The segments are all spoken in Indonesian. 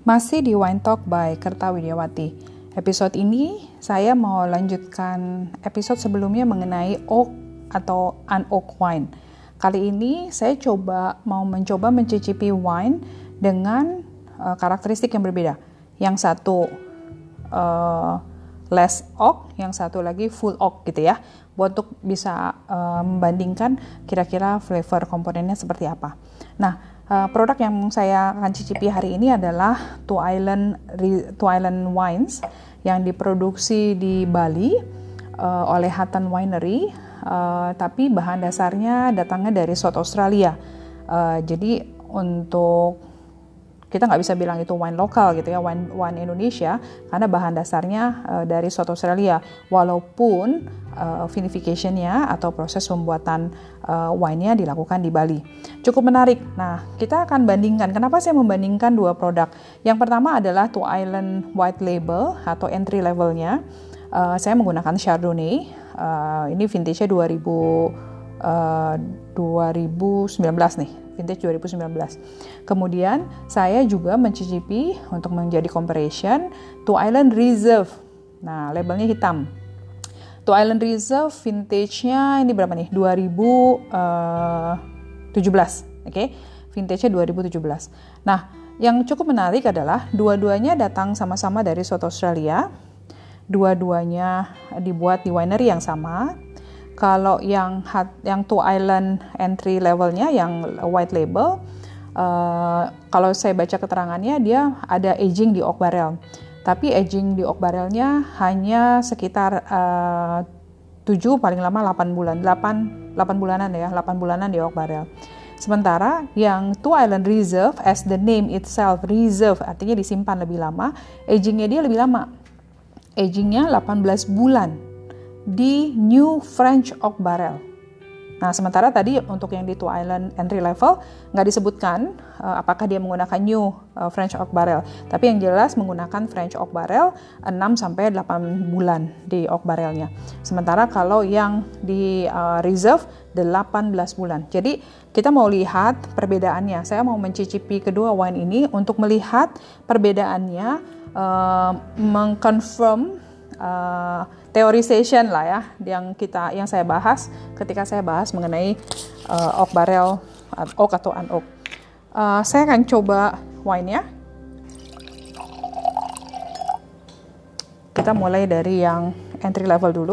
Masih di Wine Talk by Kerta Widiawati. Episode ini saya mau lanjutkan episode sebelumnya mengenai oak atau unoak wine. Kali ini saya mau mencoba mencicipi wine dengan karakteristik yang berbeda. Yang satu less oak, yang satu lagi full oak gitu ya. Buat untuk bisa membandingkan kira-kira flavor komponennya seperti apa. Nah, produk yang saya akan cicipi hari ini adalah Two Island Wines yang diproduksi di Bali oleh Hutton Winery, tapi bahan dasarnya datangnya dari South Australia. Jadi untuk kita nggak bisa bilang itu wine lokal gitu ya, wine Indonesia, karena bahan dasarnya dari South Australia, walaupun vinification-nya atau proses pembuatan wine-nya dilakukan di Bali. Cukup menarik. Nah, kita akan bandingkan. Kenapa saya membandingkan dua produk? Yang pertama adalah Two Island White Label atau entry level-nya. Saya menggunakan Chardonnay. Ini vintage-nya 2019 nih. Vintage 2019. Kemudian saya juga mencicipi untuk menjadi comparison Two Island Reserve. Nah, labelnya hitam. Two Island Reserve vintage-nya ini berapa nih? 2017. Oke. Vintage-nya 2017. Nah, yang cukup menarik adalah dua-duanya datang sama-sama dari South Australia. Dua-duanya dibuat di winery yang sama. Kalau yang Two Island entry levelnya, yang white label, kalau saya baca keterangannya dia ada aging di oak barrel. Tapi aging di oak barrelnya hanya sekitar 7 paling lama 8 bulan, 8 bulanan ya, 8 bulanan di oak barrel. Sementara yang Two Island Reserve, as the name itself, reserve artinya disimpan lebih lama, agingnya dia lebih lama. Agingnya 18 bulan. Di New French Oak Barrel. Nah, sementara tadi untuk yang di Two Island entry level nggak disebutkan apakah dia menggunakan New French Oak Barrel. Tapi yang jelas menggunakan French Oak Barrel 6-8 bulan di oak barrelnya. Sementara kalau yang di reserve 18 bulan. Jadi kita mau lihat perbedaannya. Saya mau mencicipi kedua wine ini untuk melihat perbedaannya, mengconfirm theorization lah ya yang saya bahas ketika saya bahas mengenai oak barrel, oak atau unoak. Saya akan coba wine-nya. Kita mulai dari yang entry level dulu.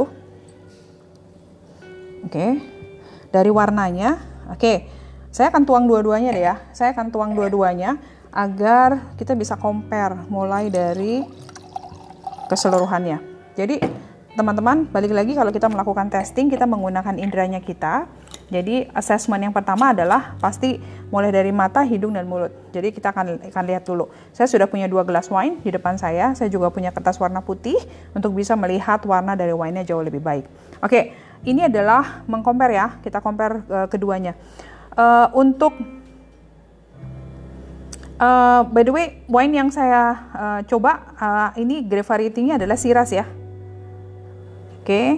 Oke. Dari warnanya. Oke. Saya akan tuang dua-duanya deh ya. Saya akan tuang dua-duanya agar kita bisa compare mulai dari keseluruhannya. Jadi teman-teman, balik lagi kalau kita melakukan testing, kita menggunakan inderanya kita. Jadi assessment yang pertama adalah pasti mulai dari mata, hidung, dan mulut. Jadi kita akan lihat dulu. Saya sudah punya 2 gelas wine di depan saya. Saya juga punya kertas warna putih untuk bisa melihat warna dari wine-nya jauh lebih baik. Oke, ini adalah mengcompare ya. Kita compare keduanya. By the way, wine yang saya coba ini grape variety-nya adalah Shiraz ya. Oke.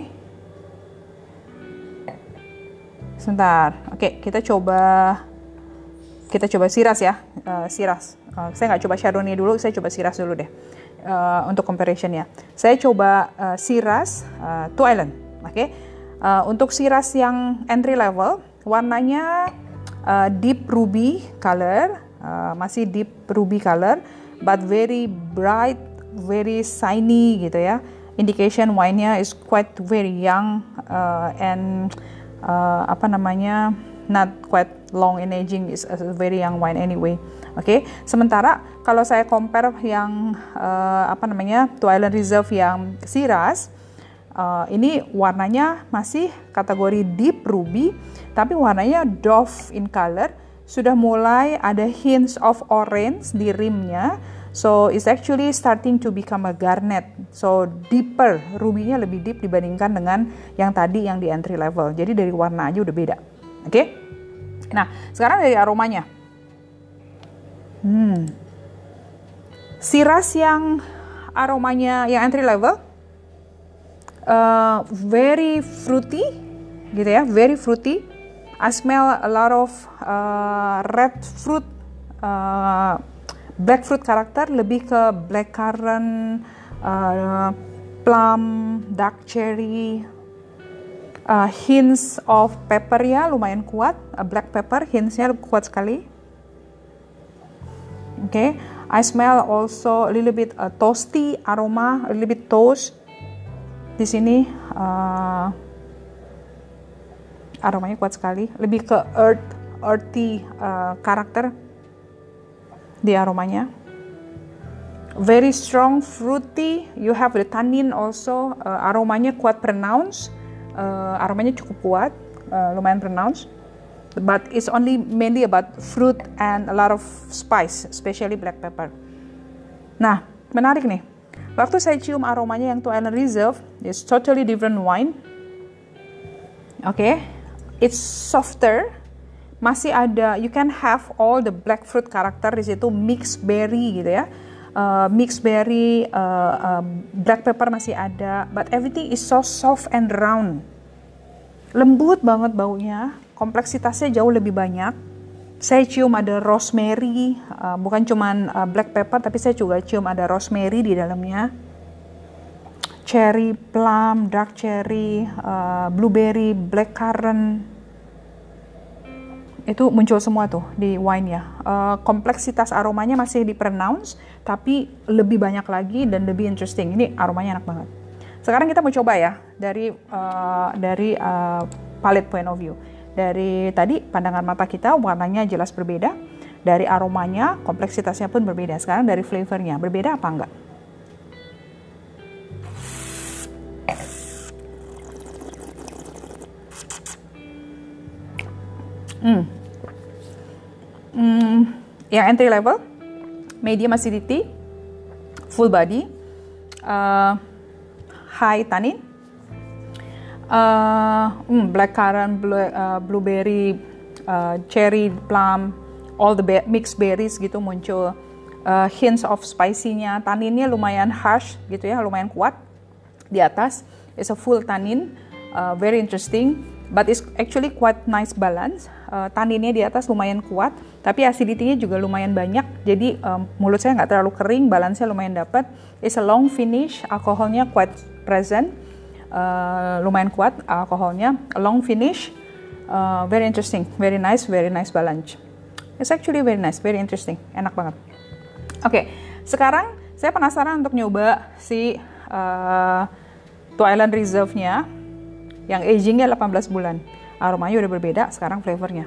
Sebentar. Oke, kita coba Shiraz ya. Shiraz. Saya nggak coba Chardonnay dulu, saya coba Shiraz dulu deh. Untuk comparison-nya. Saya coba Shiraz Two Island. Oke. Untuk Shiraz yang entry level, warnanya deep ruby color, masih deep ruby color, but very bright, very shiny gitu ya. Indication wine-nya is quite very young and not quite long in aging, is a very young wine anyway. Oke. Sementara kalau saya compare yang Two Island Reserve yang Shiraz, ini warnanya masih kategori deep ruby, tapi warnanya dove in color, sudah mulai ada hints of orange di rimnya. So it's actually starting to become a garnet. So deeper, rubinya lebih deep dibandingkan dengan yang tadi yang di entry level. Jadi dari warna aja udah beda. Oke? Nah, sekarang dari aromanya. Shiraz yang aromanya yang entry level very fruity gitu ya, very fruity. I smell a lot of red fruit Black fruit karakter lebih ke blackcurrant, plum, dark cherry, hints of pepper ya lumayan kuat, black pepper hintsnya kuat sekali. Okay, I smell also a little bit toasty aroma, a little bit toast. Di sini aromanya kuat sekali, lebih ke earthy karakter di aromanya. Very strong fruity, you have the tannin also, aromanya kuat pronounce, aromanya cukup kuat, lumayan pronounce, but it's only mainly about fruit and a lot of spice, especially black pepper. Nah, menarik nih, waktu saya cium aromanya yang Two Island Reserve, it's totally different wine. Okay, it's softer, masih ada, you can have all the black fruit karakter di situ, mixed berry gitu ya. Mixed berry, black pepper masih ada, but everything is so soft and round. Lembut banget baunya, kompleksitasnya jauh lebih banyak. Saya cium ada rosemary, bukan cuman black pepper, tapi saya juga cium ada rosemary di dalamnya. Cherry, plum, dark cherry, blueberry, blackcurrant. Itu muncul semua tuh di wine-nya. Kompleksitas aromanya masih di-pronounce, tapi lebih banyak lagi dan lebih interesting. Ini aromanya enak banget. Sekarang kita mau coba ya, dari palette point of view. Dari tadi pandangan mata kita warnanya jelas berbeda. Dari aromanya, kompleksitasnya pun berbeda. Sekarang dari flavornya, berbeda apa enggak? Yang entry level, medium acidity, full body, high tannin, blackcurrant, blueberry, cherry, plum, all the mixed berries gitu muncul, hints of spicy-nya, tanninnya lumayan harsh gitu ya, lumayan kuat di atas. It's a full tannin, very interesting, but it's actually quite nice balance. Tanninnya di atas lumayan kuat, tapi acidity-nya juga lumayan banyak, jadi mulut saya nggak terlalu kering, balance-nya lumayan dapat. It's a long finish, alkoholnya quite present, lumayan kuat alkoholnya, a long finish, very interesting, very nice balance. It's actually very nice, very interesting, enak banget. Oke, sekarang saya penasaran untuk nyoba si Two Island Reserve-nya yang aging-nya 18 bulan. Aromanya udah berbeda, sekarang flavornya.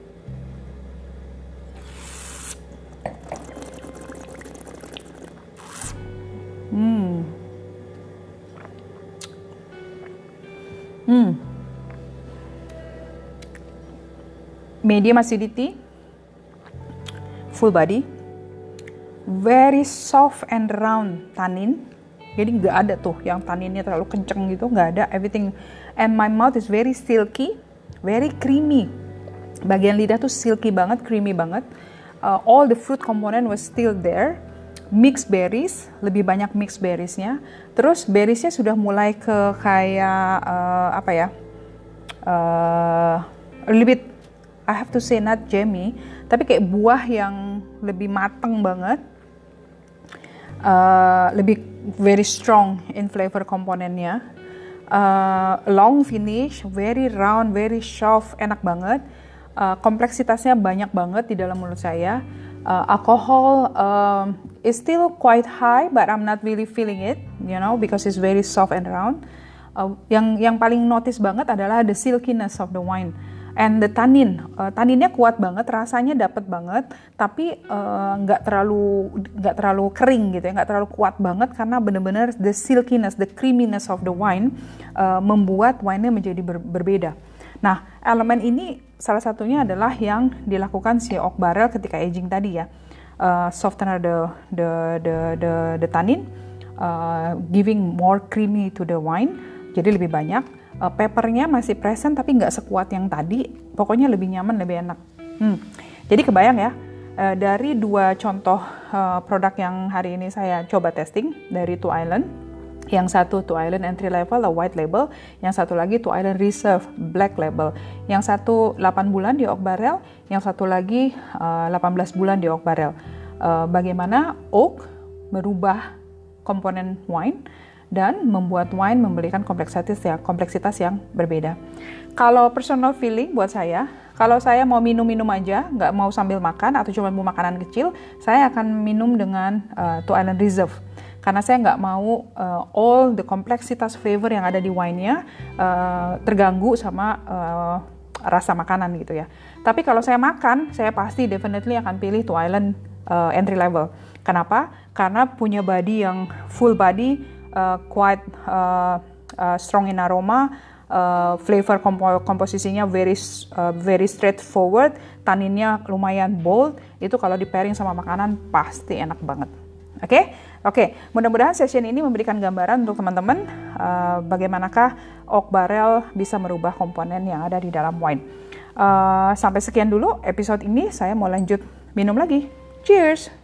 Medium acidity, full body, very soft and round tannin. Jadi nggak ada tuh yang tanninnya terlalu kenceng gitu, nggak ada. Everything, and my mouth is very silky, very creamy. Bagian lidah tuh silky banget, creamy banget. All the fruit component was still there. Mixed berries, lebih banyak mixed berriesnya. Terus berriesnya sudah mulai ke kayak a little bit, I have to say not jammy, tapi kayak buah yang lebih mateng banget. Lebih very strong in flavor komponennya, long finish, very round, very soft, enak banget. Kompleksitasnya banyak banget di dalam mulut saya. Alcohol is still quite high, but I'm not really feeling it, because it's very soft and round. Yang paling notice banget adalah the silkiness of the wine. And the tanninnya kuat banget, rasanya dapet banget, tapi nggak terlalu kering gitu ya, nggak terlalu kuat banget, karena benar-benar the silkiness, the creaminess of the wine membuat wine-nya menjadi berbeda. Nah, elemen ini salah satunya adalah yang dilakukan si oak barrel ketika aging tadi ya, softener the tannin, giving more creamy to the wine, jadi lebih banyak. Peppernya masih present tapi nggak sekuat yang tadi, pokoknya lebih nyaman, lebih enak. Jadi kebayang ya, dari dua contoh produk yang hari ini saya coba testing dari Two Island, yang satu Two Island entry level, white label, yang satu lagi Two Island Reserve black label, yang satu 8 bulan di oak barrel, yang satu lagi 18 bulan di oak barrel. bagaimana oak merubah komponen wine dan membuat wine memberikan kompleksitas yang berbeda. Kalau personal feeling buat saya, kalau saya mau minum-minum aja, nggak mau sambil makan atau cuma mau makanan kecil, saya akan minum dengan Two Island Reserve. Karena saya nggak mau all the kompleksitas flavor yang ada di wine-nya terganggu sama rasa makanan gitu ya. Tapi kalau saya makan, saya pasti definitely akan pilih Two Island entry level. Kenapa? Karena punya body yang full body, quite strong in aroma, flavor komposisinya very straightforward, taninnya lumayan bold. Itu kalau di pairing sama makanan pasti enak banget. Oke. Mudah-mudahan session ini memberikan gambaran untuk teman-teman bagaimanakah oak barrel bisa merubah komponen yang ada di dalam wine. Sampai sekian dulu episode ini, saya mau lanjut minum lagi. Cheers!